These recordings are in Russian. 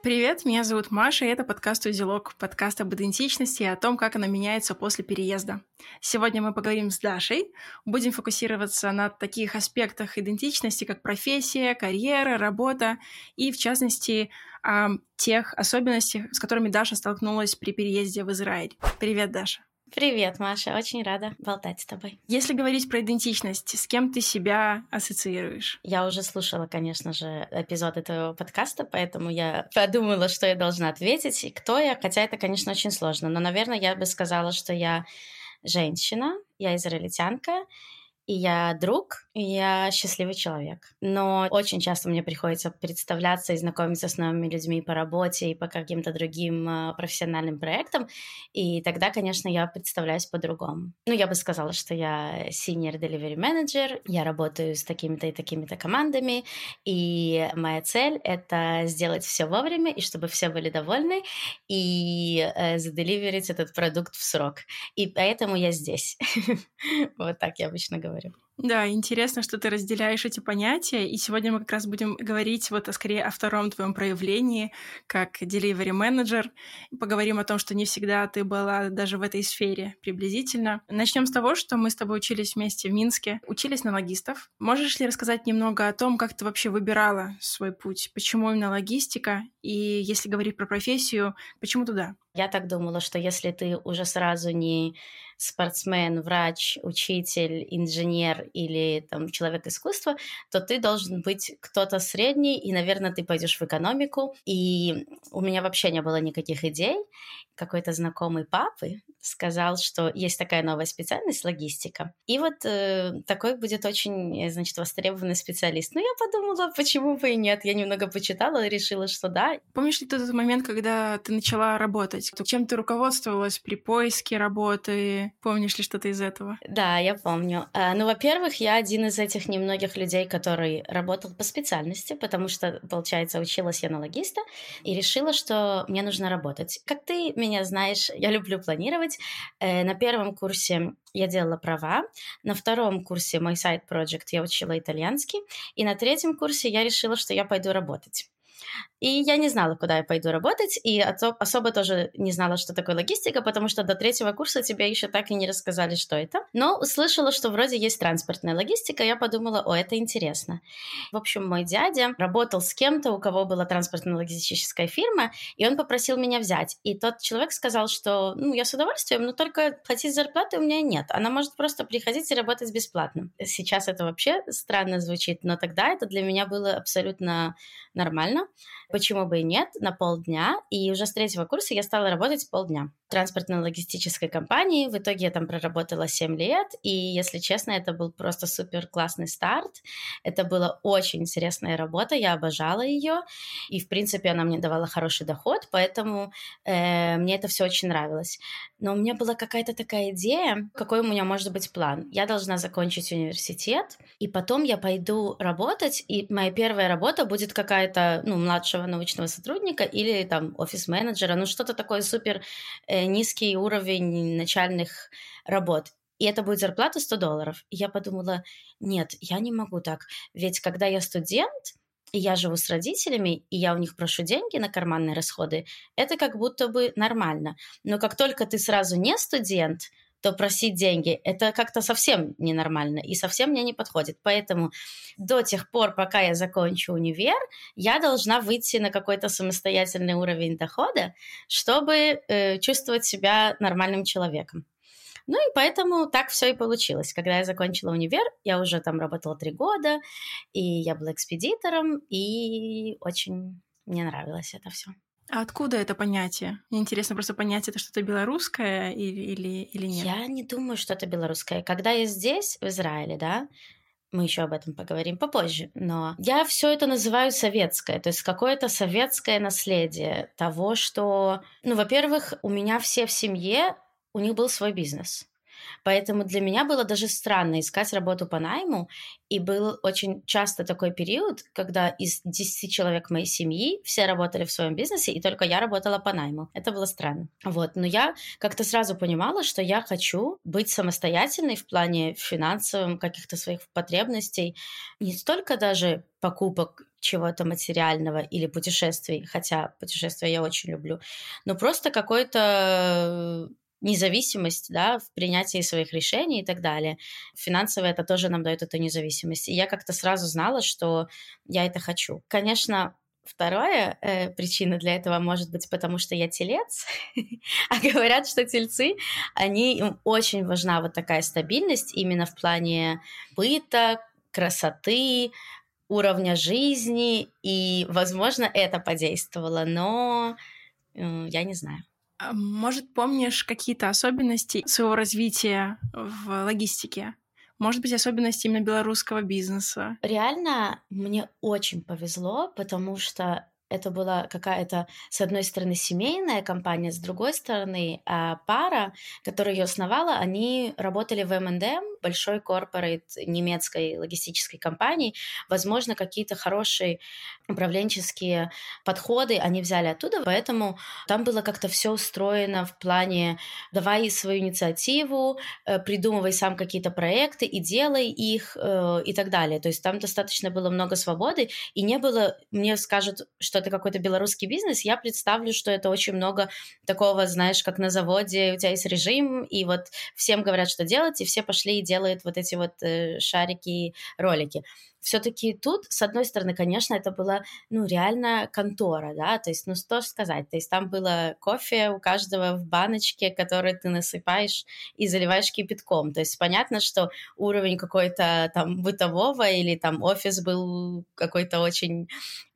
Привет, меня зовут Маша, и это подкаст «Узелок», подкаст об идентичности и о том, как она меняется после переезда. Сегодня мы поговорим с Дашей, будем фокусироваться на таких аспектах идентичности, как профессия, карьера, работа и, в частности, о тех особенностях, с которыми Даша столкнулась при переезде в Израиль. Привет, Даша. Привет, Маша, очень рада болтать с тобой. Если говорить про идентичность, с кем ты себя ассоциируешь? Я уже слушала, конечно же, эпизоды твоего подкаста, поэтому я подумала, что я должна ответить, и кто я, хотя это, конечно, очень сложно. Но, наверное, я бы сказала, что я женщина, я израильтянка, и я друг, и я счастливый человек. Но очень часто мне приходится представляться и знакомиться с новыми людьми по работе и по каким-то другим профессиональным проектам, и тогда, конечно, я представляюсь по-другому. Я бы сказала, что я senior delivery manager, я работаю с такими-то и такими-то командами, и моя цель — это сделать все вовремя, и чтобы все были довольны, и заделиверить этот продукт в срок. И поэтому я здесь. Вот так я обычно говорю. Да, интересно, что ты разделяешь эти понятия, и сегодня мы как раз будем говорить скорее о втором твоем проявлении, как delivery manager. Поговорим о том, что не всегда ты была даже в этой сфере приблизительно. Начнем с того, что мы с тобой учились вместе в Минске, учились на логистов. Можешь ли рассказать немного о том, как ты вообще выбирала свой путь? Почему именно логистика? И если говорить про профессию, почему туда? Я так думала, что если ты уже сразу не спортсмен, врач, учитель, инженер или там человек искусства, то ты должен быть кто-то средний, и, наверное, ты пойдешь в экономику. И у меня вообще не было никаких идей. Какой-то знакомый папы сказал, что есть такая новая специальность — логистика. И вот такой будет очень, значит, востребованный специалист. Я подумала, почему бы и нет. Я немного почитала и решила, что да. Помнишь ли ты тот момент, когда ты начала работать? Чем ты руководствовалась при поиске работы? Помнишь ли что-то из этого? Да, я помню. Во-первых, я один из этих немногих людей, который работал по специальности, потому что, получается, училась я на логиста и решила, что мне нужно работать. Как ты меня знаешь, я люблю планировать. На первом курсе я делала права, на втором курсе мой сайт-проект я учила итальянский, и на третьем курсе я решила, что я пойду работать. И я не знала, куда я пойду работать, и особо тоже не знала, что такое логистика, потому что до третьего курса тебе еще так и не рассказали, что это. Но услышала, что вроде есть транспортная логистика, я подумала, это интересно. В общем, мой дядя работал с кем-то, у кого была транспортная логистическая фирма, и он попросил меня взять. И тот человек сказал, что я с удовольствием, но только платить зарплаты у меня нет. Она может просто приходить и работать бесплатно. Сейчас это вообще странно звучит, но тогда это для меня было абсолютно нормально. Почему бы и нет, на полдня. И уже с третьего курса я стала работать полдня в транспортно-логистической компании. В итоге я там проработала 7 лет. И, если честно, это был просто супер классный старт. Это была очень интересная работа, я обожала ее. И, в принципе, она мне давала хороший доход, поэтому мне это все очень нравилось. Но у меня была какая-то такая идея, какой у меня может быть план. Я должна закончить университет, и потом я пойду работать, и моя первая работа будет какая-то, младшего научного сотрудника или там офис-менеджера, что-то такое супер низкий уровень начальных работ. И это будет зарплата $100. И я подумала, нет, я не могу так. Ведь когда я студент, и я живу с родителями, и я у них прошу деньги на карманные расходы, это как будто бы нормально. Но как только ты сразу не студент, то просить деньги — это как-то совсем ненормально и совсем мне не подходит. Поэтому до тех пор, пока я закончу универ, я должна выйти на какой-то самостоятельный уровень дохода, чтобы чувствовать себя нормальным человеком. И поэтому так все и получилось. Когда я закончила универ, я уже там работала 3 года, и я была экспедитором, и очень мне нравилось это все. А откуда это понятие? Мне интересно просто понять, это что-то белорусское или нет? Я не думаю, что это белорусское. Когда я здесь, в Израиле, да, мы еще об этом поговорим попозже, но я все это называю советское, то есть какое-то советское наследие того, что, во-первых, у меня все в семье, у них был свой бизнес. Поэтому для меня было даже странно искать работу по найму, и был очень часто такой период, когда из 10 человек моей семьи все работали в своем бизнесе, и только я работала по найму. Это было странно. Но я как-то сразу понимала, что я хочу быть самостоятельной в плане финансовым, каких-то своих потребностей, не столько даже покупок чего-то материального или путешествий, хотя путешествия я очень люблю, но просто какой-то независимость, да, в принятии своих решений и так далее. Финансово это тоже нам дает эту независимость. И я как-то сразу знала, что я это хочу. Конечно, вторая причина для этого может быть потому, что я телец, а говорят, что тельцы, им очень важна вот такая стабильность именно в плане быта, красоты, уровня жизни, и, возможно, это подействовало, но я не знаю. А может, помнишь какие-то особенности своего развития в логистике? Может быть, особенности именно белорусского бизнеса? Реально, мне очень повезло, потому что это была какая-то, с одной стороны, семейная компания, с другой стороны, пара, которая ее основала, они работали в M&M, большой корпорейт немецкой логистической компании. Возможно, какие-то хорошие управленческие подходы они взяли оттуда, поэтому там было как-то все устроено в плане «давай свою инициативу, придумывай сам какие-то проекты и делай их» и так далее. То есть там достаточно было много свободы, и не было, мне скажут, что это какой-то белорусский бизнес, я представлю, что это очень много такого, знаешь, как на заводе, у тебя есть режим, и вот всем говорят, что делать, и все пошли и делают вот эти вот шарики, ролики. Все-таки тут, с одной стороны, конечно, это была, реально контора, да, то есть, что сказать, то есть там было кофе у каждого в баночке, который ты насыпаешь и заливаешь кипятком, то есть понятно, что уровень какой-то там бытового или там офис был какой-то очень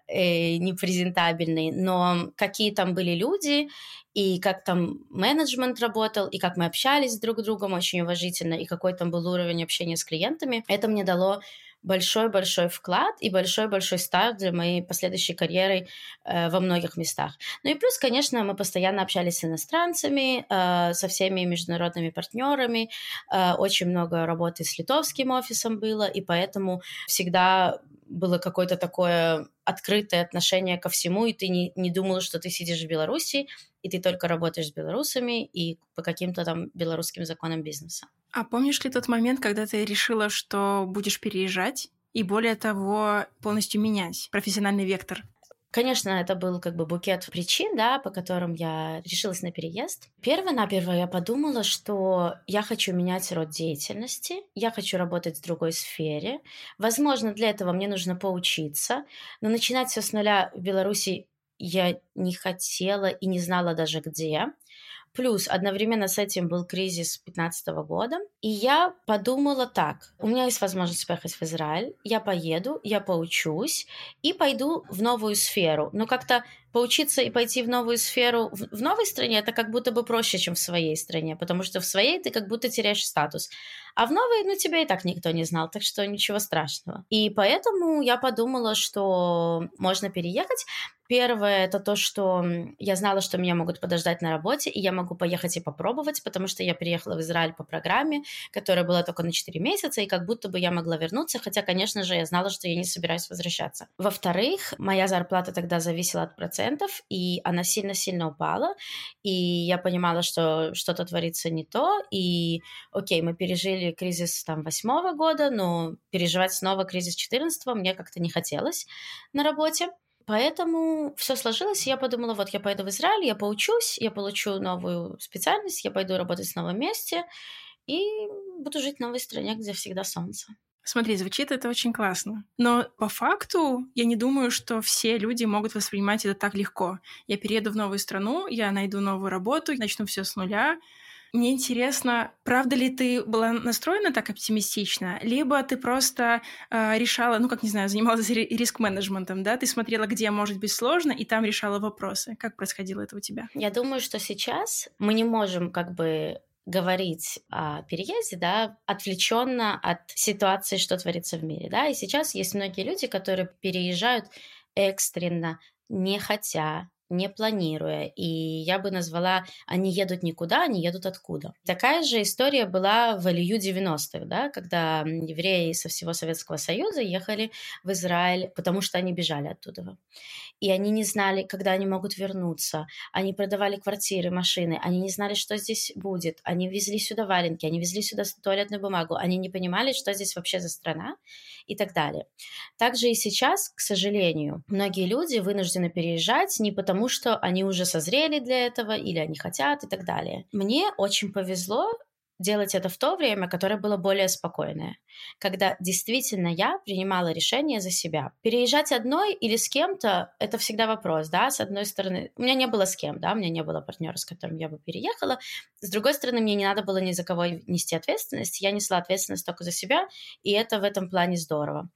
непрезентабельный, но какие там были люди, и как там менеджмент работал, и как мы общались друг с другом очень уважительно, и какой там был уровень общения с клиентами, это мне дало большой-большой вклад и большой-большой старт для моей последующей карьеры во многих местах. Ну и плюс, конечно, мы постоянно общались с иностранцами, со всеми международными партнерами, очень много работы с литовским офисом было, и поэтому всегда было какое-то такое открытое отношение ко всему, и ты не думала, что ты сидишь в Беларуси, и ты только работаешь с белорусами и по каким-то там белорусским законам бизнеса. А помнишь ли тот момент, когда ты решила, что будешь переезжать и, более того, полностью менять профессиональный вектор? Конечно, это был как бы букет причин, да, по которым я решилась на переезд. Перво-наперво я подумала, что я хочу менять род деятельности, я хочу работать в другой сфере. Возможно, для этого мне нужно поучиться, но начинать все с нуля в Беларуси я не хотела и не знала даже где. Плюс одновременно с этим был кризис 2015 года, и я подумала так, у меня есть возможность поехать в Израиль, я поеду, я поучусь и пойду в новую сферу. Но как-то поучиться и пойти в новую сферу в новой стране, это как будто бы проще, чем в своей стране, потому что в своей ты как будто теряешь статус. А в новой, тебя и так никто не знал, так что ничего страшного. И поэтому я подумала, что можно переехать. Первое, это то, что я знала, что меня могут подождать на работе, и я могу поехать и попробовать, потому что я приехала в Израиль по программе, которая была только на 4 месяца, и как будто бы я могла вернуться, хотя, конечно же, я знала, что я не собираюсь возвращаться. Во-вторых, моя зарплата тогда зависела от процентов, и она сильно-сильно упала, и я понимала, что что-то творится не то, и окей, мы пережили кризис там 2008 года, но переживать снова кризис 2014 мне как-то не хотелось на работе. Поэтому все сложилось, и я подумала, вот я поеду в Израиль, я поучусь, я получу новую специальность, я пойду работать в новом месте и буду жить в новой стране, где всегда солнце. Смотри, звучит это очень классно. Но по факту я не думаю, что все люди могут воспринимать это так легко. Я перееду в новую страну, я найду новую работу, начну все с нуля. Мне интересно, правда ли ты была настроена так оптимистично, либо ты просто решала, занималась риск-менеджментом, да? Ты смотрела, где может быть сложно, и там решала вопросы. Как происходило это у тебя? Я думаю, что сейчас мы не можем говорить о переезде, да, отвлеченно от ситуации, что творится в мире, да, и сейчас есть многие люди, которые переезжают экстренно, не хотя, не планируя. И я бы назвала «они едут никуда, они едут откуда». Такая же история была в Илью 90-х, да, когда евреи со всего Советского Союза ехали в Израиль, потому что они бежали оттуда. И они не знали, когда они могут вернуться. Они продавали квартиры, машины, они не знали, что здесь будет. Они везли сюда валенки, они везли сюда туалетную бумагу, они не понимали, что здесь вообще за страна и так далее. Также и сейчас, к сожалению, многие люди вынуждены переезжать не потому, что они уже созрели для этого или они хотят и так далее. Мне очень повезло делать это в то время, которое было более спокойное, когда действительно я принимала решение за себя. Переезжать одной или с кем-то — это всегда вопрос, да, с одной стороны, у меня не было с кем, да, у меня не было партнера, с которым я бы переехала, с другой стороны, мне не надо было ни за кого нести ответственность, я несла ответственность только за себя, и это в этом плане здорово.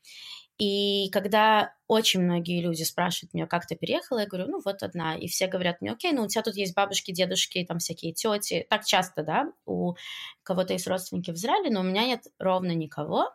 И когда очень многие люди спрашивают меня, как ты переехала, я говорю, ну вот одна. И все говорят мне, окей, ну у тебя тут есть бабушки, дедушки, там всякие тети. Так часто, да, у кого-то есть родственники в Израиле, но у меня нет ровно никого.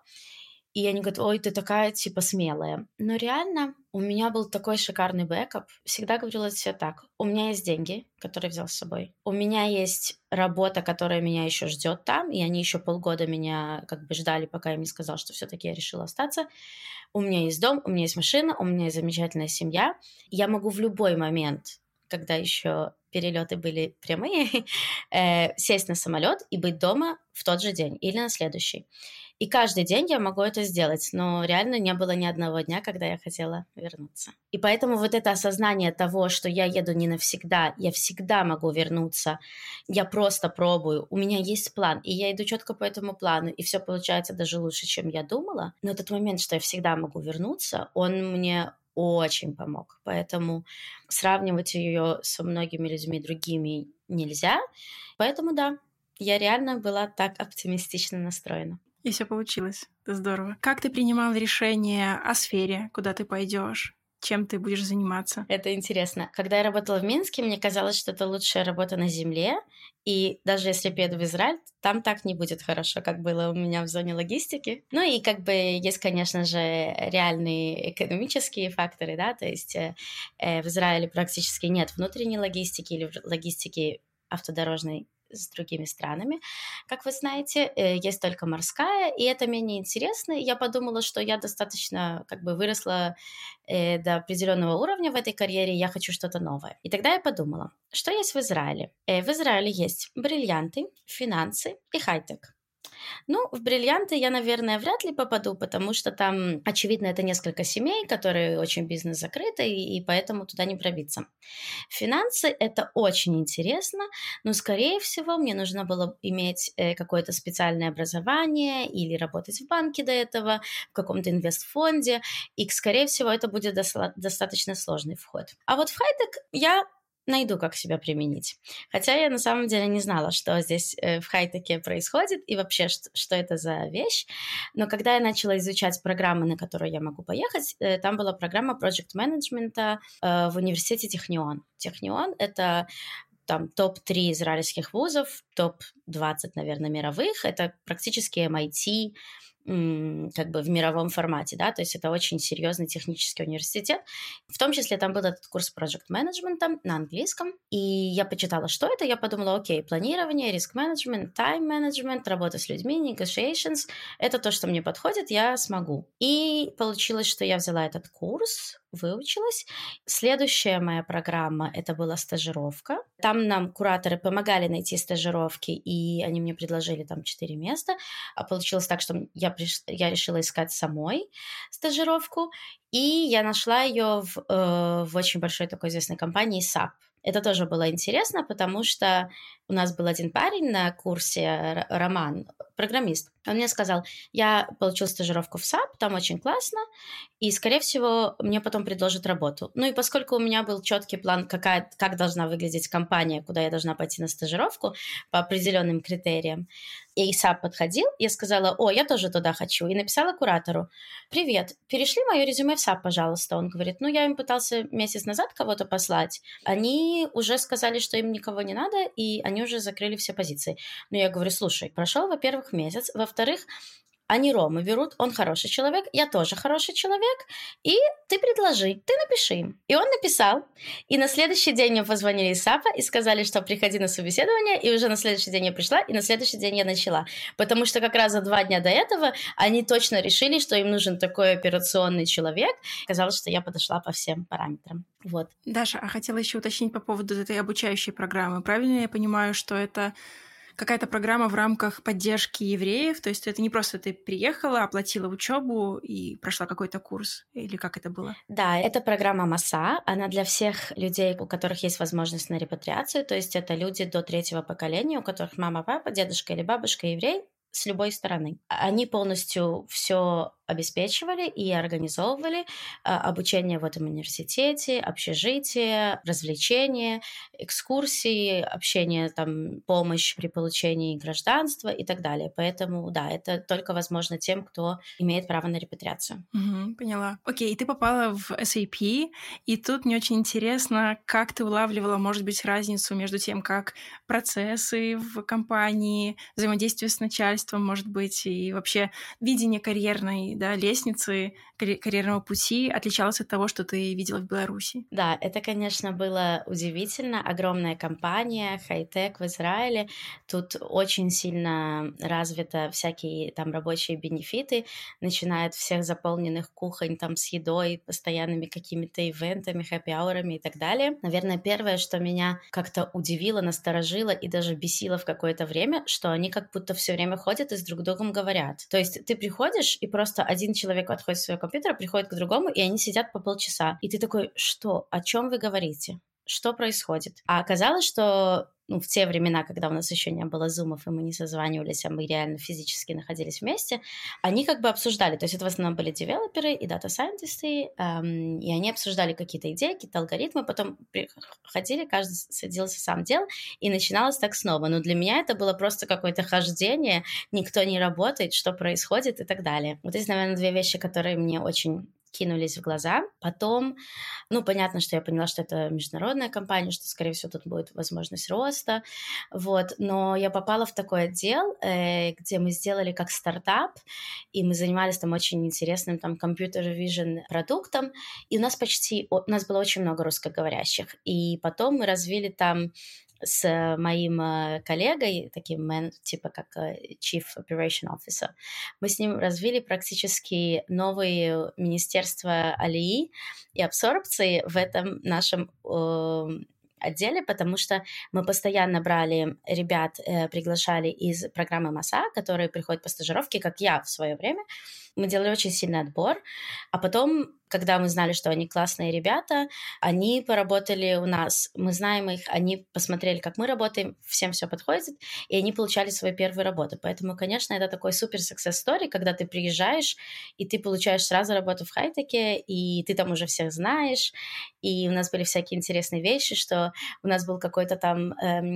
И они говорят, ой, ты такая, типа, смелая. Но реально у меня был такой шикарный бэкап. Всегда говорила себе так. У меня есть деньги, которые взял с собой. У меня есть работа, которая меня еще ждет там, и они еще полгода меня как бы ждали, пока я им не сказала, что все-таки я решила остаться. У меня есть дом, у меня есть машина, у меня есть замечательная семья. Я могу в любой момент, когда еще перелеты были прямые, сесть на самолет и быть дома в тот же день или на следующий. И каждый день я могу это сделать, но реально не было ни одного дня, когда я хотела вернуться. И поэтому вот это осознание того, что я еду не навсегда, я всегда могу вернуться, я просто пробую, у меня есть план, и я иду четко по этому плану, и все получается даже лучше, чем я думала. Но этот момент, что я всегда могу вернуться, он мне очень помог. Поэтому сравнивать ее со многими людьми другими нельзя. Поэтому да, я реально была так оптимистично настроена. И все получилось. Это здорово. Как ты принимал решение о сфере, куда ты пойдешь? Чем ты будешь заниматься? Это интересно. Когда я работала в Минске, мне казалось, что это лучшая работа на земле. И даже если я приеду в Израиль, там так не будет хорошо, как было у меня в зоне логистики. Ну и как бы есть, конечно же, реальные экономические факторы, да, то есть в Израиле практически нет внутренней логистики или логистики автодорожной с другими странами. Как вы знаете, есть только морская, и это менее интересно. Я подумала, что я достаточно как бы выросла до определенного уровня в этой карьере, и я хочу что-то новое. И тогда я подумала, что есть в Израиле? В Израиле есть бриллианты, финансы и хай-тек. Ну, в бриллианты я, наверное, вряд ли попаду, потому что там, очевидно, это несколько семей, которые очень бизнес закрыты, и поэтому туда не пробиться. Финансы — это очень интересно, но, скорее всего, мне нужно было иметь какое-то специальное образование или работать в банке до этого, в каком-то инвестфонде, и, скорее всего, это будет достаточно сложный вход. А вот в хай-тек я найду, как себя применить. Хотя я на самом деле не знала, что здесь в хай-теке происходит и вообще, что это за вещь. Но когда я начала изучать программы, на которые я могу поехать, там была программа Project Management в университете Технион. Технион — это там топ-3 израильских вузов, топ-20, наверное, мировых. Это практически MIT, как бы в мировом формате, да, то есть это очень серьезный технический университет. В том числе там был этот курс Project Management на английском, и я почитала, что это, я подумала, окей, планирование, риск-менеджмент, тайм-менеджмент, работа с людьми, negotiations, это то, что мне подходит, я смогу. И получилось, что я взяла этот курс, выучилась. Следующая моя программа — это была стажировка. Там нам кураторы помогали найти стажировки, и они мне предложили там 4 места. А получилось так, что я решила искать самой стажировку, и я нашла ее в очень большой такой известной компании SAP. Это тоже было интересно, потому что у нас был один парень на курсе, Роман, программист. Он мне сказал, я получил стажировку в SAP, там очень классно, и, скорее всего, мне потом предложат работу. Ну и поскольку у меня был четкий план, как должна выглядеть компания, куда я должна пойти на стажировку по определенным критериям, и SAP подходил, я сказала, я тоже туда хочу, и написала куратору, привет, перешли мое резюме в SAP, пожалуйста. Он говорит, я им пытался месяц назад кого-то послать, они уже сказали, что им никого не надо, и они уже закрыли все позиции. Но я говорю, слушай, прошел, во-первых, месяц, во-вторых, они Рому берут, он хороший человек, я тоже хороший человек, и ты предложи, ты напиши им. И он написал, и на следующий день мне позвонили из САПа и сказали, что приходи на собеседование, и уже на следующий день я пришла, и на следующий день я начала. Потому что как раз за 2 дня до этого они точно решили, что им нужен такой операционный человек. Казалось, что я подошла по всем параметрам. Вот. Даша, а хотела еще уточнить по поводу этой обучающей программы. Правильно я понимаю, что это какая-то программа в рамках поддержки евреев? То есть это не просто ты приехала, оплатила учебу и прошла какой-то курс? Или как это было? Да, это программа МАСА. Она для всех людей, у которых есть возможность на репатриацию. То есть это люди до 3-го поколения, у которых мама, папа, дедушка или бабушка еврей, с любой стороны. Они полностью все обеспечивали и организовывали обучение в этом университете, общежитие, развлечения, экскурсии, общение, там, помощь при получении гражданства и так далее. Поэтому, да, это только возможно тем, кто имеет право на репатриацию. Поняла. Окей, ты попала в SAP, и тут мне очень интересно, как ты улавливала, может быть, разницу между тем, как процессы в компании, взаимодействие с начальством, может быть, и вообще видение карьерной, да, лестницы, карьерного пути отличалось от того, что ты видела в Беларуси? Да, это, конечно, было удивительно. Огромная компания, хай-тек в Израиле. Тут очень сильно развиты всякие там рабочие бенефиты, начиная от всех заполненных кухонь там с едой, постоянными какими-то ивентами, хэппи-аурами и так далее. Наверное, первое, что меня как-то удивило, насторожило и даже бесило в какое-то время, что они как будто все время ходят и с друг другом говорят. То есть ты приходишь, и просто один человек отходит от своего компьютера, приходит к другому, и они сидят по полчаса. И ты такой: что? О чем вы говорите? Что происходит? А оказалось, что в те времена, когда у нас еще не было зумов, и мы не созванивались, а мы реально физически находились вместе, они как бы обсуждали, то есть это в основном были девелоперы и дата-сайентисты, и они обсуждали какие-то идеи, какие-то алгоритмы, потом приходили, каждый садился, сам делал, и начиналось так снова. Но для меня это было просто какое-то хождение, никто не работает, что происходит и так далее. Вот эти, наверное, 2 вещи, которые мне очень кинулись в глаза. Потом, понятно, что я поняла, что это международная компания, что, скорее всего, тут будет возможность роста, вот, но я попала в такой отдел, где мы сделали как стартап, и мы занимались там очень интересным там computer vision продуктом, и у нас было очень много русскоговорящих, и потом мы развили там с моим коллегой, таким типа как Chief Operation Officer, мы с ним развили практически новое министерство алии и абсорбции в этом нашем отделе, потому что мы постоянно брали ребят, приглашали из программы МАСА, которые приходят по стажировке, как я в свое время. Мы делали очень сильный отбор, а потом, когда мы знали, что они классные ребята, они поработали у нас, мы знаем их, они посмотрели, как мы работаем, всем все подходит, и они получали свою первую работу. Поэтому, конечно, это такой супер success story, когда ты приезжаешь, и ты получаешь сразу работу в хай-теке, и ты там уже всех знаешь, и у нас были всякие интересные вещи, что у нас был какой-то там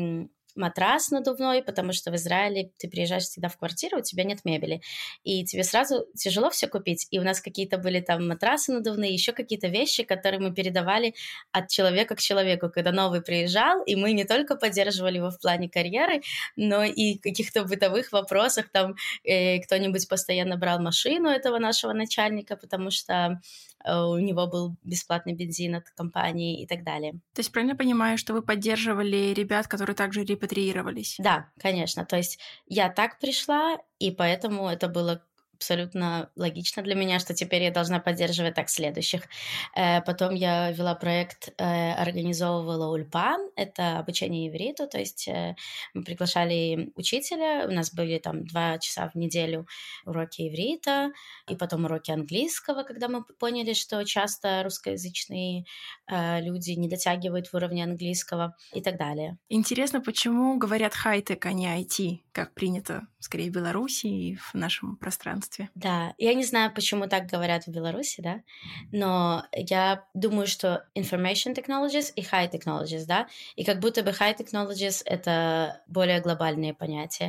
матрас надувной, потому что в Израиле ты приезжаешь всегда в квартиру, у тебя нет мебели, и тебе сразу тяжело все купить, и у нас какие-то были там матрасы надувные, еще какие-то вещи, которые мы передавали от человека к человеку, когда новый приезжал, и мы не только поддерживали его в плане карьеры, но и в каких-то бытовых вопросах, там кто-нибудь постоянно брал машину этого нашего начальника, потому что у него был бесплатный бензин от компании и так далее. То есть правильно понимаю, что вы поддерживали ребят, которые также репатриировались? Да, конечно. То есть я так пришла, и поэтому это было абсолютно логично для меня, что теперь я должна поддерживать так следующих. Потом я вела проект, организовывала ульпан, это обучение ивриту, то есть мы приглашали учителя, у нас были там 2 часа в неделю уроки иврита, и потом уроки английского, когда мы поняли, что часто русскоязычные люди не дотягивают в уровне английского и так далее. Интересно, почему говорят хай-тек, а не IT, как принято, скорее, в Беларуси и в нашем пространстве? Да, я не знаю, почему так говорят в Беларуси, да, но я думаю, что information technologies и high technologies, да, и как будто бы high technologies — это более глобальные понятия,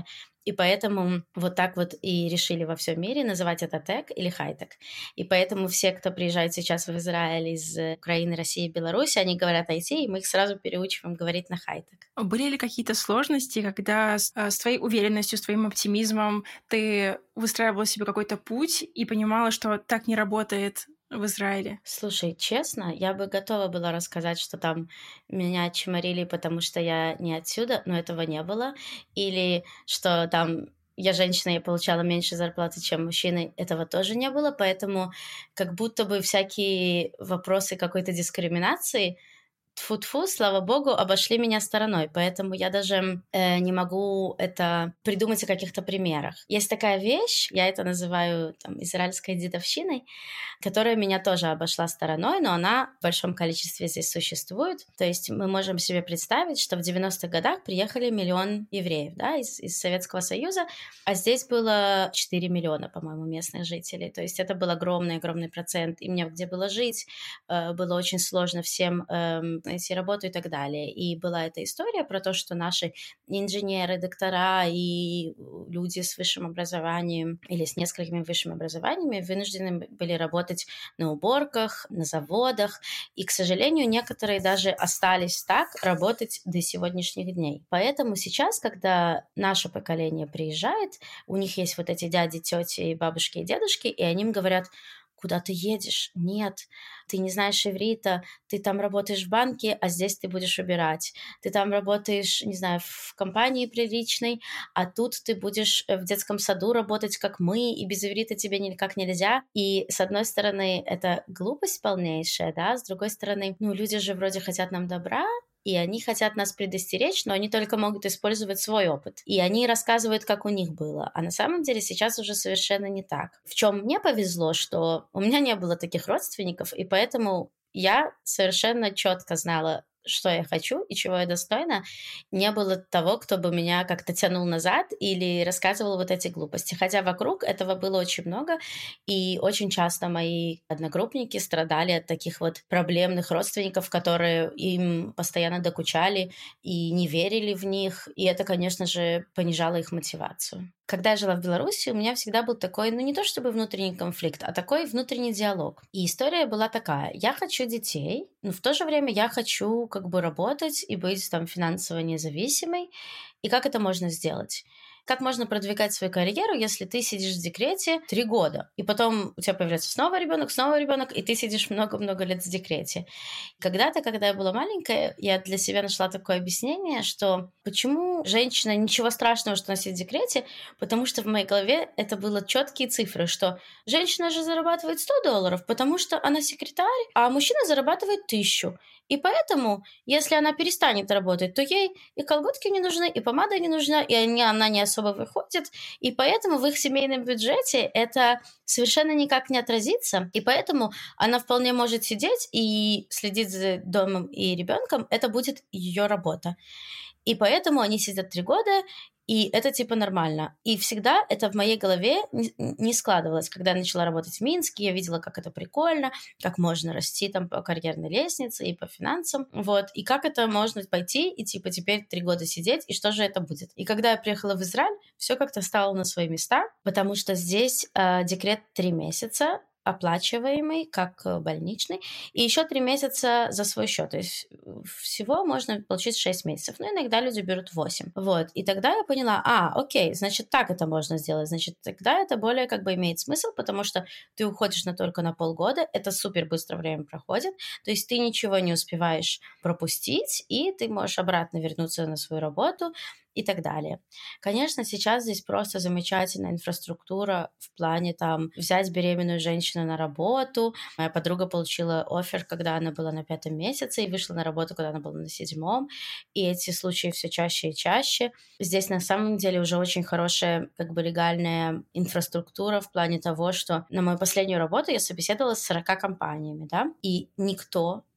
И поэтому вот так вот и решили во всем мире называть это тег или хай-тек. И поэтому все, кто приезжает сейчас в Израиль из Украины, России, Беларуси, они говорят IT, и мы их сразу переучиваем говорить на хай-тек. Были ли какие-то сложности, когда с твоей уверенностью, с твоим оптимизмом ты выстраивала себе какой-то путь и понимала, что так не работает в Израиле? Слушай, честно, я бы готова была рассказать, что там меня чморили, потому что я не отсюда, но этого не было. Или что там я женщина, я получала меньше зарплаты, чем мужчины, этого тоже не было. Поэтому как будто бы всякие вопросы какой-то дискриминации, тьфу-тьфу, слава богу, обошли меня стороной, поэтому я даже не могу это придумать о каких-то примерах. Есть такая вещь, я это называю там, израильской дедовщиной, которая меня тоже обошла стороной, но она в большом количестве здесь существует. То есть мы можем себе представить, что в 90-х годах приехали 1 миллион евреев, да, из Советского Союза, а здесь было 4 миллиона, по-моему, местных жителей. То есть это был огромный процент, и мне где было жить, было очень сложно всем найти работу и так далее. И была эта история про то, что наши инженеры, доктора и люди с высшим образованием или с несколькими высшими образованиями вынуждены были работать на уборках, на заводах. И, к сожалению, некоторые даже остались так работать до сегодняшних дней. Поэтому сейчас, когда наше поколение приезжает, у них есть вот эти дяди, тети, бабушки и дедушки, и они им говорят: куда ты едешь? Нет, ты не знаешь иврита, ты там работаешь в банке, а здесь ты будешь убирать. Ты там работаешь, не знаю, в компании приличной, а тут ты будешь в детском саду работать, как мы, и без иврита тебе никак нельзя. И, с одной стороны, это глупость полнейшая, да, с другой стороны, ну, люди же вроде хотят нам добра, и они хотят нас предостеречь, но они только могут использовать свой опыт. И они рассказывают, как у них было. А на самом деле сейчас уже совершенно не так. В чем мне повезло, что у меня не было таких родственников, и поэтому я совершенно четко знала, что я хочу и чего я достойна. Не было того, кто бы меня как-то тянул назад или рассказывал вот эти глупости. Хотя вокруг этого было очень много, и очень часто мои одногруппники страдали от таких вот проблемных родственников, которые им постоянно докучали и не верили в них, и это, конечно же, понижало их мотивацию. Когда я жила в Беларуси, у меня всегда был такой, ну не то чтобы внутренний конфликт, а такой внутренний диалог. И история была такая: я хочу детей, но в то же время я хочу как бы работать и быть там финансово независимой. И как это можно сделать? Как можно продвигать свою карьеру, если ты сидишь в декрете 3 года, и потом у тебя появляется снова ребенок, и ты сидишь много-много лет в декрете. Когда-то, когда я была маленькая, я для себя нашла такое объяснение, что почему женщина, ничего страшного, что она сидит в декрете, потому что в моей голове это было четкие цифры, что женщина же зарабатывает $100, потому что она секретарь, а мужчина зарабатывает 1000. И поэтому, если она перестанет работать, то ей и колготки не нужны, и помада не нужна, и она не особо выходит. И поэтому в их семейном бюджете это совершенно никак не отразится. И поэтому она вполне может сидеть и следить за домом и ребенком. Это будет ее работа. И поэтому они сидят 3 года, и это типа нормально. И всегда это в моей голове не складывалось. Когда я начала работать в Минске, я видела, как это прикольно, как можно расти там по карьерной лестнице и по финансам. Вот. И как это можно пойти и типа теперь 3 года сидеть, и что же это будет? И когда я приехала в Израиль, все как-то стало на свои места, потому что здесь декрет 3 месяца, оплачиваемый, как больничный, и еще 3 месяца за свой счет. То есть всего можно получить 6 месяцев. Но иногда люди берут 8. Вот. И тогда я поняла, окей, значит, так это можно сделать. Значит, тогда это более как бы имеет смысл, потому что ты уходишь только на полгода, это супер быстро время проходит, то есть ты ничего не успеваешь пропустить, и ты можешь обратно вернуться на свою работу, и так далее. Конечно, сейчас здесь просто замечательная инфраструктура в плане там взять беременную женщину на работу. Моя подруга получила оффер, когда она была на 5-м месяце, и вышла на работу, когда она была на 7-м. И эти случаи все чаще и чаще. Здесь на самом деле уже очень хорошая как бы легальная инфраструктура в плане того, что на мою последнюю работу я собеседовалась с 40 компаниями, да, и никто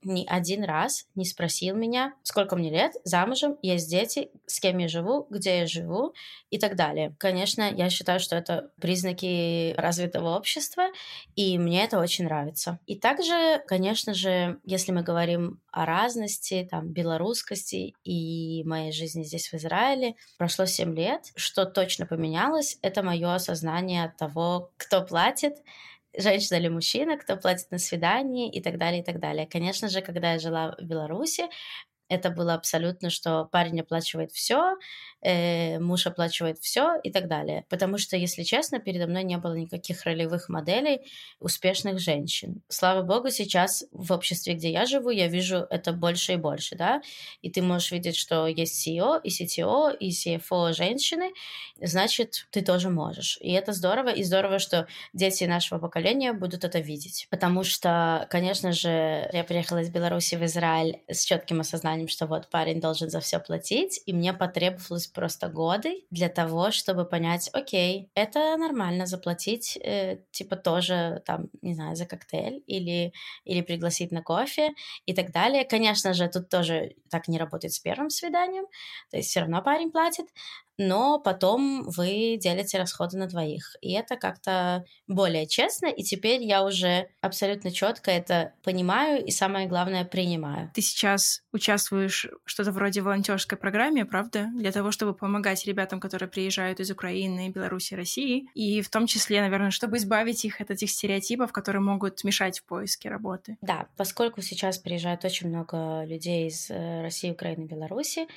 ни один раз не спросил меня, сколько мне лет, замужем, есть дети, с кем я живу, где я живу и так далее. Конечно, я считаю, что это признаки развитого общества, и мне это очень нравится. И также, конечно же, если мы говорим о разности, там, белорусскости и моей жизни здесь, в Израиле, прошло 7 лет. Что точно поменялось, это мое осознание того, кто платит, женщина или мужчина, кто платит на свидание и так далее, и так далее. Конечно же, когда я жила в Беларуси, это было абсолютно, что парень оплачивает все, муж оплачивает все и так далее. Потому что, если честно, передо мной не было никаких ролевых моделей успешных женщин. Слава богу, сейчас в обществе, где я живу, я вижу это больше и больше, да, и ты можешь видеть, что есть CEO, и CTO, и CFO женщины, значит, ты тоже можешь. И это здорово, и здорово, что дети нашего поколения будут это видеть. Потому что, конечно же, я приехала из Беларуси в Израиль с четким осознанием, что вот парень должен за все платить, и мне потребовалось просто годы для того, чтобы понять, окей, это нормально заплатить, типа тоже там, не знаю, за коктейль или пригласить на кофе и так далее. Конечно же, тут тоже так не работает с первым свиданием, то есть все равно парень платит, но потом вы делите расходы на двоих. И это как-то более честно, и теперь я уже абсолютно четко это понимаю и, самое главное, принимаю. Ты сейчас участвуешь в что-то вроде волонтерской программе, правда? Для того, чтобы помогать ребятам, которые приезжают из Украины, Беларуси, России, и в том числе, наверное, чтобы избавить их от этих стереотипов, которые могут мешать в поиске работы. Да, поскольку сейчас приезжает очень много людей из России, Украины, Беларуси,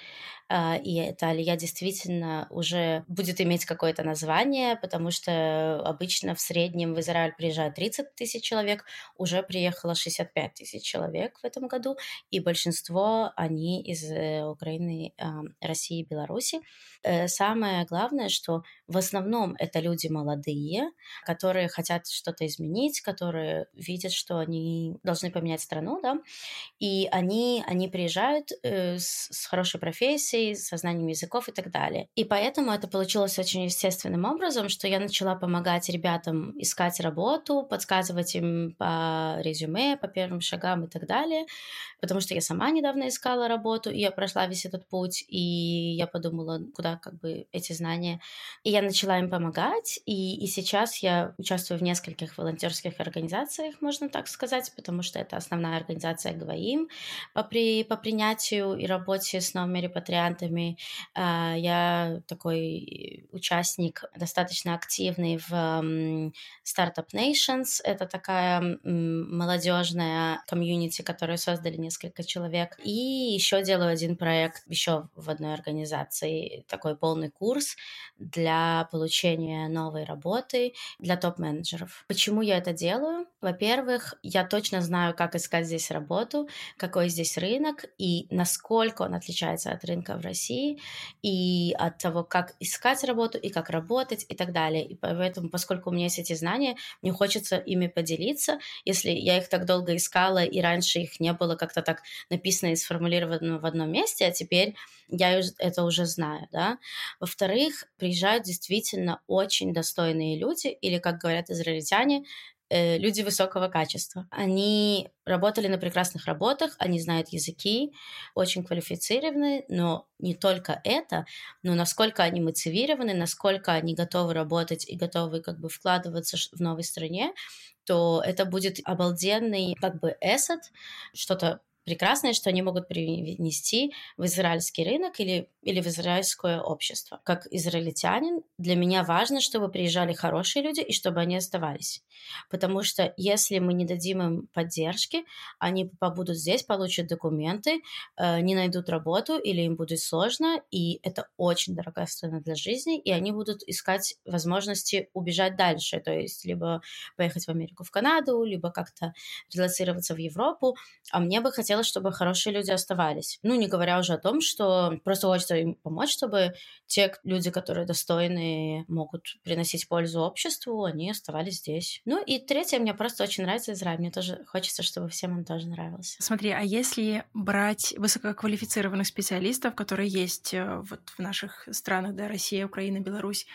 и эта алия действительно уже будет иметь какое-то название, потому что обычно в среднем в Израиль приезжает 30 тысяч человек, уже приехало 65 тысяч человек в этом году, и большинство они из Украины, России и Беларуси. Самое главное, что в основном это люди молодые, которые хотят что-то изменить, которые видят, что они должны поменять страну, да, и они приезжают с хорошей профессией, со знанием языков и так далее. И поэтому это получилось очень естественным образом, что я начала помогать ребятам искать работу, подсказывать им по резюме, по первым шагам и так далее, потому что я сама недавно искала работу, и я прошла весь этот путь, и я подумала, куда как бы эти знания. И я начала им помогать, и сейчас я участвую в нескольких волонтерских организациях, можно так сказать, потому что это основная организация ГВАИМ по принятию и работе с новыми репатриантами. Я такой участник достаточно активный в Startup Nations. Это такая молодежная комьюнити, которую создали несколько человек. И еще делаю один проект еще в одной организации, такой полный курс для получения новой работы для топ-менеджеров. Почему я это делаю? Во-первых, я точно знаю, как искать здесь работу, какой здесь рынок и насколько он отличается от рынка в России, и от того, как искать работу, и как работать, и так далее. И поэтому, поскольку у меня есть эти знания, мне хочется ими поделиться. Если я их так долго искала, и раньше их не было как-то так написано и сформулировано в одном месте, а теперь я это уже знаю, да. Во-вторых, приезжают действительно очень достойные люди, или, как говорят израильтяне, люди высокого качества. Они работали на прекрасных работах, они знают языки, очень квалифицированы, но не только это, но насколько они мотивированы, насколько они готовы работать и готовы как бы вкладываться в новой стране, то это будет обалденный как бы asset, что-то прекрасное, что они могут принести в израильский рынок или в израильское общество. Как израильтянин, для меня важно, чтобы приезжали хорошие люди и чтобы они оставались. Потому что если мы не дадим им поддержки, они побудут здесь, получат документы, не найдут работу или им будет сложно, и это очень дорогая страна для жизни, и они будут искать возможности убежать дальше, то есть либо поехать в Америку, в Канаду, либо как-то релоцироваться в Европу, а мне бы хотелось, чтобы хорошие люди оставались. Ну, не говоря уже о том, что просто хочется им помочь, чтобы те люди, которые достойны, могут приносить пользу обществу, они оставались здесь. Ну и третье, мне просто очень нравится Израиль. Мне тоже хочется, чтобы всем он тоже нравился. Смотри, а если брать высококвалифицированных специалистов, которые есть вот в наших странах, да, Россия, Украина, Беларусь,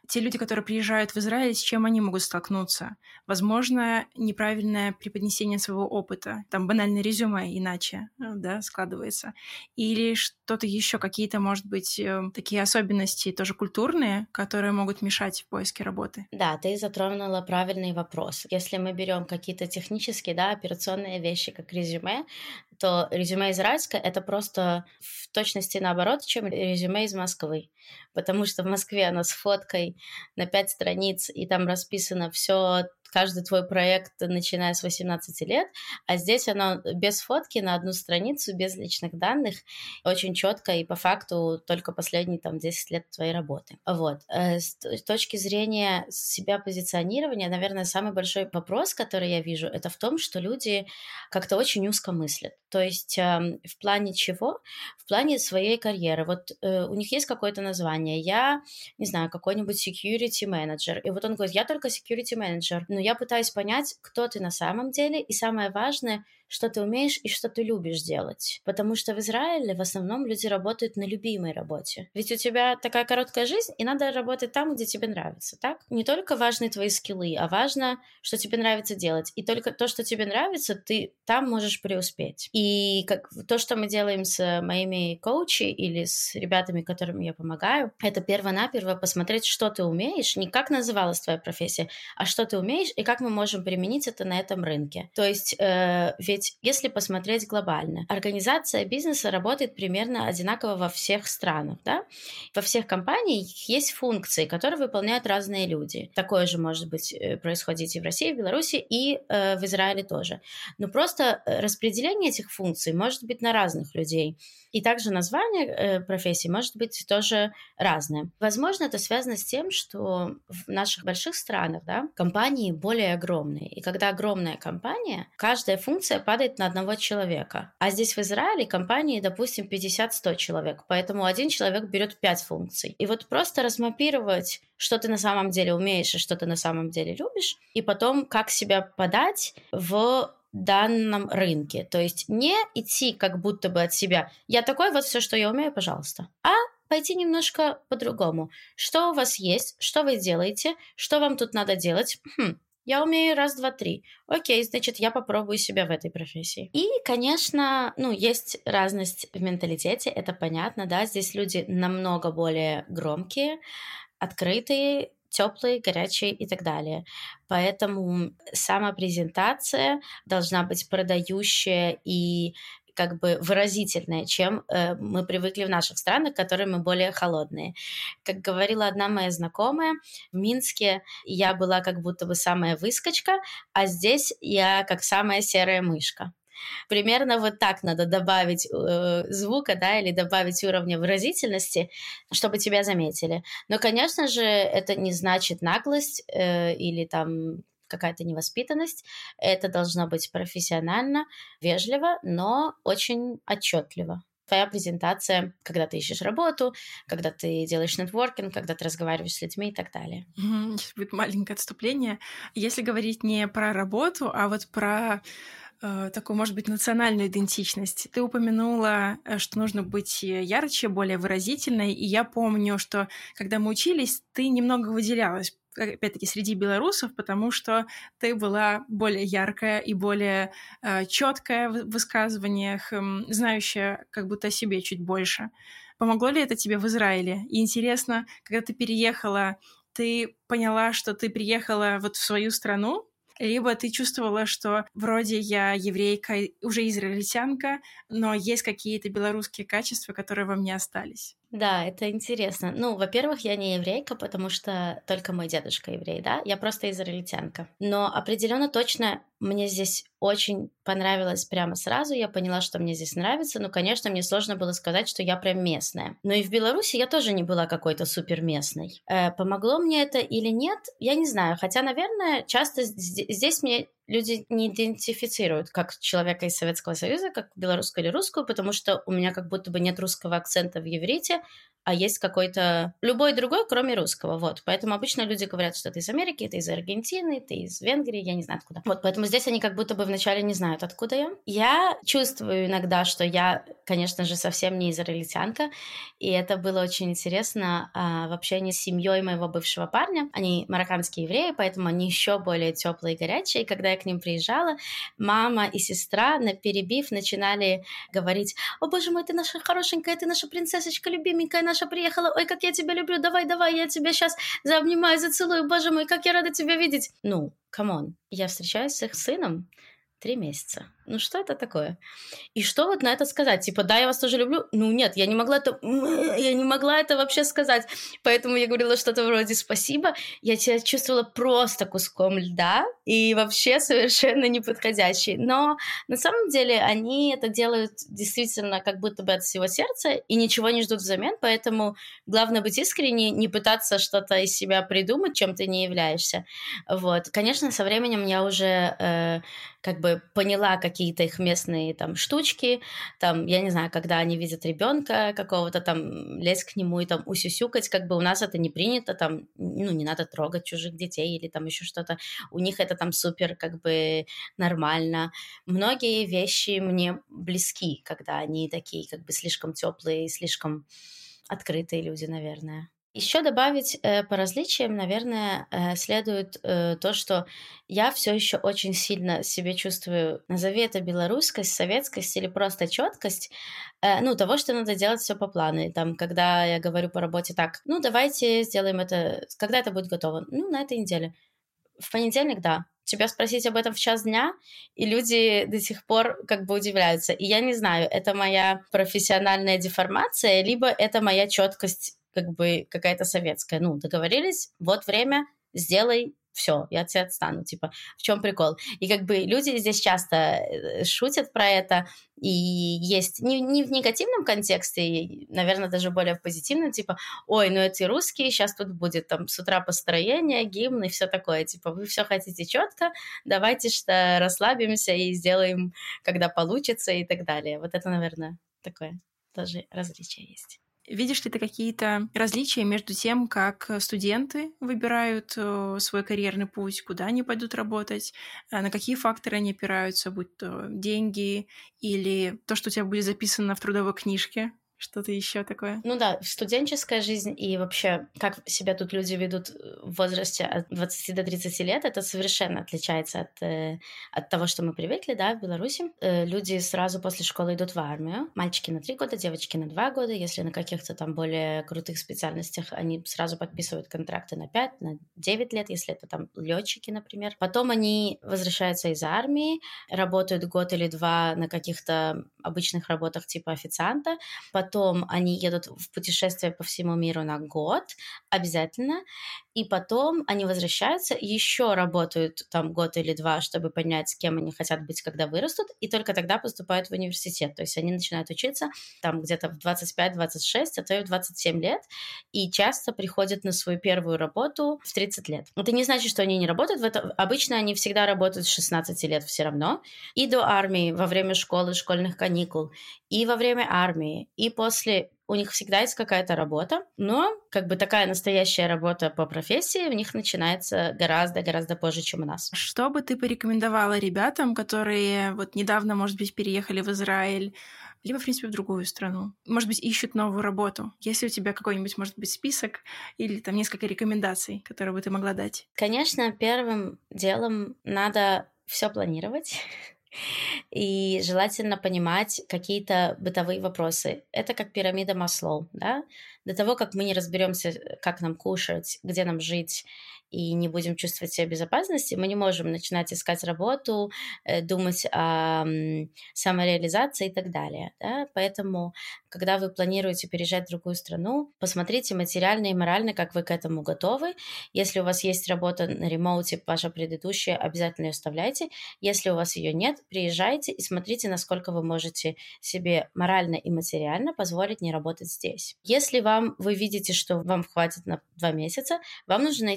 те люди, которые приезжают в Израиль, с чем они могут столкнуться? Возможно, неправильное преподнесение своего опыта, там банальное резюме иначе, да, складывается. Или что-то еще, какие-то, может быть, такие особенности тоже культурные, которые могут мешать в поиске работы? Да, ты затронула правильный вопрос. Если мы берем какие-то технические, да, операционные вещи, как резюме, то резюме израильское — это просто в точности наоборот, чем резюме из Москвы. Потому что в Москве оно с фоткой на 5 страниц, и там расписано все, каждый твой проект, начиная с 18 лет, а здесь оно без фотки на одну страницу, без личных данных, очень четко и по факту только последние там 10 лет твоей работы. Вот. С точки зрения себя позиционирования, наверное, самый большой вопрос, который я вижу, это в том, что люди как-то очень узко мыслят. То есть в плане чего? В плане своей карьеры. Вот у них есть какое-то название. Я, не знаю, какой-нибудь security manager. И вот он говорит, я только security manager. Но я пытаюсь понять, кто ты на самом деле. И самое важное, что ты умеешь и что ты любишь делать. Потому что в Израиле в основном люди работают на любимой работе. Ведь у тебя такая короткая жизнь, и надо работать там, где тебе нравится, так? Не только важны твои скиллы, а важно, что тебе нравится делать. И только то, что тебе нравится, ты там можешь преуспеть. И как то, что мы делаем с моими коучи или с ребятами, которым я помогаю, это перво-наперво посмотреть, что ты умеешь, не как называлась твоя профессия, а что ты умеешь и как мы можем применить это на этом рынке. То есть ведь если посмотреть глобально, организация бизнеса работает примерно одинаково во всех странах, да? Во всех компаниях есть функции, которые выполняют разные люди. Такое же может быть происходить и в России, и в Беларуси, и в Израиле тоже. Но просто распределение этих функций может быть на разных людей. И также название профессии может быть тоже разное. Возможно, это связано с тем, что в наших больших странах, да, компании более огромные. И когда огромная компания, каждая функция падает на одного человека. А здесь в Израиле компании, допустим, 50-100 человек. Поэтому один человек берет 5 функций. И вот просто размапировать, что ты на самом деле умеешь и что ты на самом деле любишь, и потом как себя подать в данном рынке. То есть не идти как будто бы от себя. Я такой, вот все, что я умею, пожалуйста. А пойти немножко по-другому. Что у вас есть? Что вы делаете? Что вам тут надо делать? Я умею раз, два, три. Окей, значит, я попробую себя в этой профессии. И, конечно, есть разность в менталитете, это понятно, да, здесь люди намного более громкие, открытые, теплые, горячие и так далее. Поэтому сама презентация должна быть продающая и как бы выразительная, чем мы привыкли в наших странах, в которых мы более холодные. Как говорила одна моя знакомая, в Минске я была как будто бы самая выскочка, а здесь я как самая серая мышка. Примерно вот так надо добавить звука, да, или добавить уровня выразительности, чтобы тебя заметили. Но, конечно же, это не значит наглость или там какая-то невоспитанность. Это должно быть профессионально, вежливо, но очень отчетливо. Твоя презентация, когда ты ищешь работу, когда ты делаешь нетворкинг, когда ты разговариваешь с людьми и так далее. Сейчас будет маленькое отступление. Если говорить не про работу, а вот про такую, может быть, национальную идентичность. Ты упомянула, что нужно быть ярче, более выразительной, и я помню, что когда мы учились, ты немного выделялась, опять-таки, среди белорусов, потому что ты была более яркая и более четкая в высказываниях, знающая как будто о себе чуть больше. Помогло ли это тебе в Израиле? И интересно, когда ты переехала, ты поняла, что ты приехала вот в свою страну, либо ты чувствовала, что вроде я еврейка, уже израильтянка, но есть какие-то белорусские качества, которые во мне остались? Да, это интересно. Во-первых, я не еврейка, потому что только мой дедушка еврей, да? Я просто израильтянка. Но определенно точно мне здесь очень понравилось прямо сразу. Я поняла, что мне здесь нравится. Конечно, мне сложно было сказать, что я прям местная. Но и в Беларуси я тоже не была какой-то супер местной. Помогло мне это или нет, я не знаю. Хотя, наверное, часто здесь мне люди не идентифицируют как человека из Советского Союза, как белорусскую или русскую, потому что у меня как будто бы нет русского акцента в иврите, а есть какой-то любой другой, кроме русского, вот. Поэтому обычно люди говорят, что ты из Америки, ты из Аргентины, ты из Венгрии, я не знаю откуда. Вот, поэтому здесь они как будто бы вначале не знают, откуда я. Я чувствую иногда, что я, конечно же, совсем не израильтянка, и это было очень интересно в общении с семьей моего бывшего парня. Они марокканские евреи, поэтому они еще более теплые и горячие. И когда я к ним приезжала, мама и сестра, наперебив, начинали говорить: «О, боже мой, ты наша хорошенькая, ты наша принцессочка, любименькая наша приехала, ой, как я тебя люблю, давай, я тебя сейчас заобнимаю, зацелую, боже мой, как я рада тебя видеть». Ну, камон, я встречаюсь с их сыном 3 месяца. Ну, что это такое? И что вот на это сказать? Типа, да, я вас тоже люблю. Ну, нет, я не могла это вообще сказать. Поэтому я говорила что-то вроде «спасибо». Я себя чувствовала просто куском льда и вообще совершенно неподходящей. Но на самом деле они это делают действительно как будто бы от всего сердца и ничего не ждут взамен. Поэтому главное быть искренней, не пытаться что-то из себя придумать, чем ты не являешься. Вот. Конечно, со временем я уже как бы поняла какие-то их местные там штучки, там, я не знаю, когда они видят ребенка какого-то, там, лезть к нему и там усюсюкать, как бы у нас это не принято, там, ну, не надо трогать чужих детей или там еще что-то, у них это там супер, как бы, нормально. Многие вещи мне близки, когда они такие, как бы, слишком теплые, слишком открытые люди, наверное. Еще добавить по различиям, наверное, следует то, что я все еще очень сильно себе чувствую, назови это белорусскость, советскость или просто четкость, ну, того, что надо делать все по плану. И там, когда я говорю по работе так, ну, давайте сделаем это, когда это будет готово? Ну, на этой неделе. В понедельник, да. Тебя спросить об этом в час дня, и люди до сих пор как бы удивляются. И я не знаю, это моя профессиональная деформация, либо это моя четкость как бы какая-то советская. Ну, договорились, вот время, сделай, все, я от тебя отстану. Типа, в чем прикол? И как бы люди здесь часто шутят про это, и есть не в негативном контексте, наверное, даже более в позитивном, типа, ой, ну эти русские, сейчас тут будет там с утра построение, гимн и все такое, типа, вы все хотите четко, давайте что расслабимся и сделаем, когда получится и так далее. Вот это, наверное, такое тоже различие есть. Видишь ли ты какие-то различия между тем, как студенты выбирают свой карьерный путь, куда они пойдут работать, на какие факторы они опираются, будь то деньги или то, что у тебя будет записано в трудовой книжке? Что-то еще такое? Ну да, студенческая жизнь и вообще, как себя тут люди ведут в возрасте от 20 до 30 лет, это совершенно отличается от того, что мы привыкли, да, в Беларуси. Люди сразу после школы идут в армию. Мальчики на 3 года, девочки на 2 года. Если на каких-то там более крутых специальностях, они сразу подписывают контракты на 5, на 9 лет, если это там летчики, например. Потом они возвращаются из армии, работают год или 2 на каких-то обычных работах типа официанта. Потом они едут в путешествие по всему миру на год обязательно, и потом они возвращаются, еще работают там год или 2, чтобы понять, с кем они хотят быть, когда вырастут, и только тогда поступают в университет. То есть они начинают учиться там где-то в 25-26, а то и в 27 лет, и часто приходят на свою первую работу в 30 лет. Это не значит, что они не работают. Обычно они всегда работают с 16 лет все равно. И до армии, во время школы, школьных каникул, и во время армии, и после. У них всегда есть какая-то работа, но как бы такая настоящая работа по профессии у них начинается гораздо-гораздо позже, чем у нас. Что бы ты порекомендовала ребятам, которые вот недавно, может быть, переехали в Израиль, либо, в принципе, в другую страну? Может быть, ищут новую работу? Есть ли у тебя какой-нибудь, может быть, список или там несколько рекомендаций, которые бы ты могла дать? Конечно, первым делом надо все планировать. И желательно понимать какие-то бытовые вопросы. Это как пирамида Маслоу, да? До того, как мы не разберемся, как нам кушать, где нам жить, и не будем чувствовать себя в безопасности, мы не можем начинать искать работу, думать о самореализации и так далее. Да? Поэтому, когда вы планируете переезжать в другую страну, посмотрите материально и морально, как вы к этому готовы. Если у вас есть работа на ремоуте, ваша предыдущая, обязательно ее оставляйте. Если у вас ее нет, приезжайте и смотрите, насколько вы можете себе морально и материально позволить не работать здесь. Если вы видите, что вам хватит на 2 месяца, вам нужно найти временную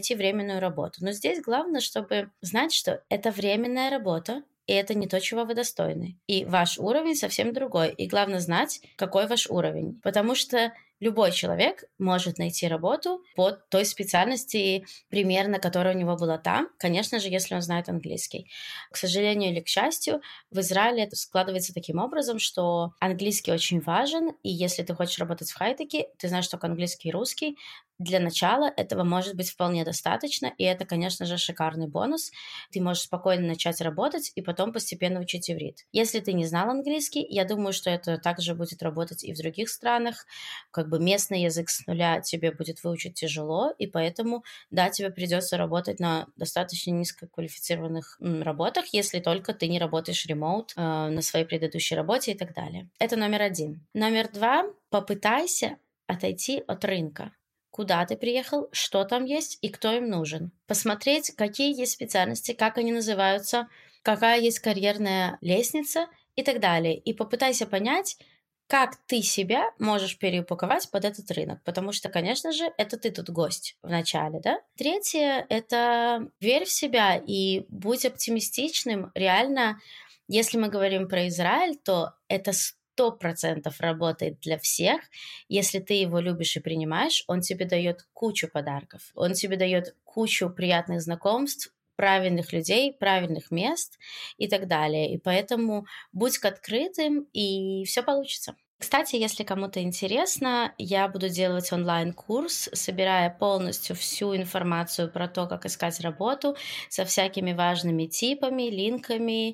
идеальную работу. Но здесь главное, чтобы знать, что это временная работа, и это не то, чего вы достойны. И ваш уровень совсем другой. И главное знать, какой ваш уровень. Потому что любой человек может найти работу по той специальности примерно, которая у него была там, конечно же, если он знает английский. К сожалению или к счастью, в Израиле это складывается таким образом, что английский очень важен, и если ты хочешь работать в хай-теке, ты знаешь только английский и русский, для начала этого может быть вполне достаточно, и это, конечно же, шикарный бонус. Ты можешь спокойно начать работать и потом постепенно учить иврит. Если ты не знал английский, я думаю, что это также будет работать и в других странах. Как бы местный язык с нуля тебе будет выучить тяжело, и поэтому, да, тебе придется работать на достаточно низкоквалифицированных работах, если только ты не работаешь ремоут на своей предыдущей работе и так далее. Это номер один. Номер два, попытайся отойти от рынка. Куда ты приехал, что там есть и кто им нужен. Посмотреть, какие есть специальности, как они называются, какая есть карьерная лестница и так далее. И попытайся понять, как ты себя можешь переупаковать под этот рынок. Потому что, конечно же, это ты тут гость в начале, да? Третье — это верь в себя и будь оптимистичным. Реально, если мы говорим про Израиль, то это 100% работает для всех. Если ты его любишь и принимаешь, он тебе дает кучу подарков. Он тебе дает кучу приятных знакомств, правильных людей, правильных мест и так далее. И поэтому будь открытым, и все получится. Кстати, если кому-то интересно, я буду делать онлайн-курс, собирая полностью всю информацию про то, как искать работу, со всякими важными типами, линками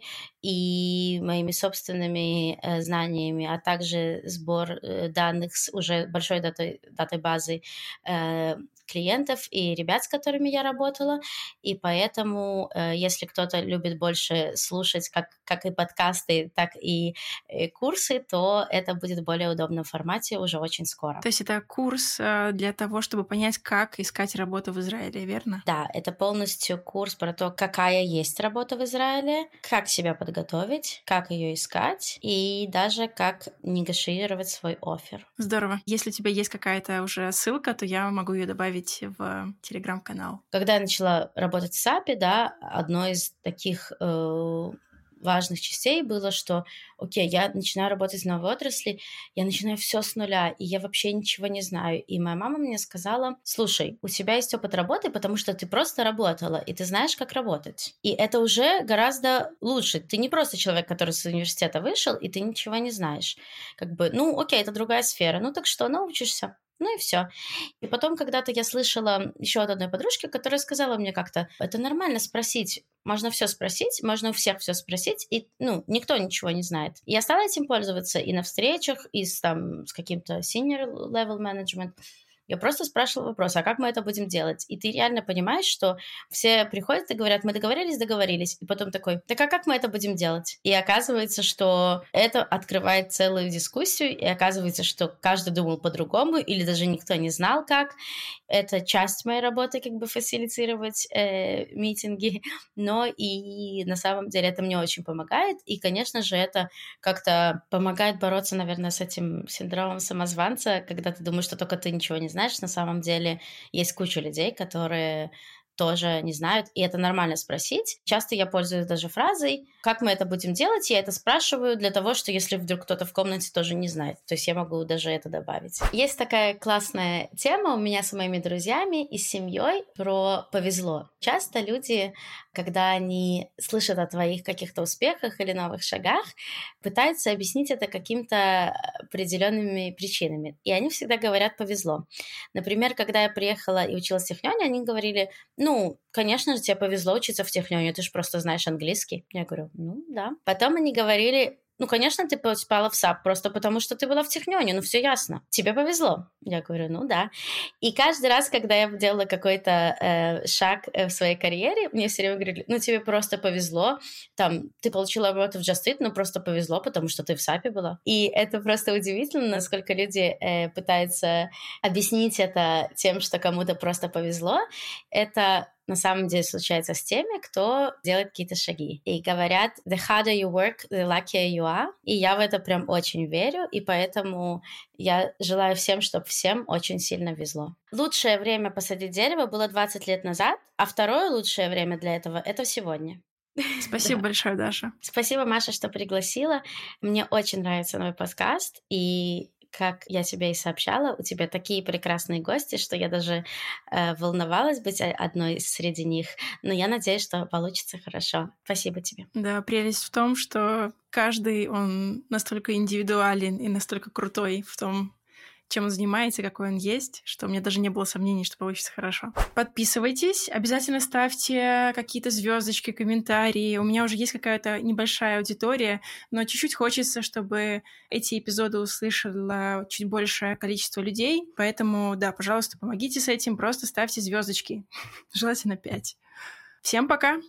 и моими собственными знаниями, а также сбор данных с уже большой датабазой клиентов и ребят, с которыми я работала. И поэтому, если кто-то любит больше слушать как и подкасты, так и курсы, то это будет в более удобном формате уже очень скоро. То есть это курс для того, чтобы понять, как искать работу в Израиле, верно? Да, это полностью курс про то, какая есть работа в Израиле, как себя подготовить, как ее искать и даже как негашировать свой оффер. Здорово. Если у тебя есть какая-то уже ссылка, то я могу ее добавить в телеграм-канал. Когда я начала работать в SAP, да, одной из таких важных частей было, что, окей, я начинаю работать в новой отрасли, я начинаю все с нуля, и я вообще ничего не знаю. И моя мама мне сказала: слушай, у тебя есть опыт работы, потому что ты просто работала, и ты знаешь, как работать. И это уже гораздо лучше. Ты не просто человек, который с университета вышел, и ты ничего не знаешь. Как бы, ну, окей, это другая сфера. Ну, так что, научишься. Ну и все. И потом когда-то я слышала еще от одной подружки, которая сказала мне как-то: это нормально спросить, можно все спросить, можно у всех все спросить, и никто ничего не знает. И я стала этим пользоваться и на встречах, и с каким-то senior level management. Я просто спрашивала вопрос: а как мы это будем делать? И ты реально понимаешь, что все приходят и говорят: мы договорились. И потом такой: так а как мы это будем делать? И оказывается, что это открывает целую дискуссию, и оказывается, что каждый думал по-другому, или даже никто не знал, как. Это часть моей работы, как бы фасилитировать митинги, но и на самом деле это мне очень помогает, и, конечно же, это как-то помогает бороться, наверное, с этим синдромом самозванца, когда ты думаешь, что только ты ничего не знаешь. На самом деле есть куча людей, которые тоже не знают, и это нормально спросить. Часто я пользуюсь даже фразой: как мы это будем делать? Я это спрашиваю для того, что если вдруг кто-то в комнате тоже не знает, то есть я могу даже это добавить. Есть такая классная тема у меня с моими друзьями и с семьей про повезло. Часто люди, когда они слышат о твоих каких-то успехах или новых шагах, пытаются объяснить это какими-то определенными причинами, и они всегда говорят: повезло. Например, когда я приехала и училась в Технионе, они говорили: конечно же, тебе повезло учиться в Технионе, ты же просто знаешь английский. Я говорю: да. Потом они говорили: конечно, ты попала в САП просто потому, что ты была в Технионе, все ясно. Тебе повезло. Я говорю: да. И каждый раз, когда я делала какой-то шаг в своей карьере, мне все время говорили: тебе просто повезло, ты получила работу в Just Eat, просто повезло, потому что ты в САПе была. И это просто удивительно, насколько люди пытаются объяснить это тем, что кому-то просто повезло. Это на самом деле случается с теми, кто делает какие-то шаги. И говорят, the harder you work, the luckier you are. И я в это прям очень верю, и поэтому я желаю всем, чтобы всем очень сильно везло. Лучшее время посадить дерево было 20 лет назад, а второе лучшее время для этого — это сегодня. Спасибо большое, Даша. Спасибо, Маша, что пригласила. Мне очень нравится новый подкаст, и как я тебе и сообщала, у тебя такие прекрасные гости, что я даже волновалась быть одной среди них, но я надеюсь, что получится хорошо. Спасибо тебе. Да, прелесть в том, что каждый, он настолько индивидуален и настолько крутой в том, чем он занимается, какой он есть, что у меня даже не было сомнений, что получится хорошо. Подписывайтесь, обязательно ставьте какие-то звездочки, комментарии. У меня уже есть какая-то небольшая аудитория, но чуть-чуть хочется, чтобы эти эпизоды услышало чуть большее количество людей. Поэтому, да, пожалуйста, помогите с этим, просто ставьте звездочки. Желательно 5. Всем пока!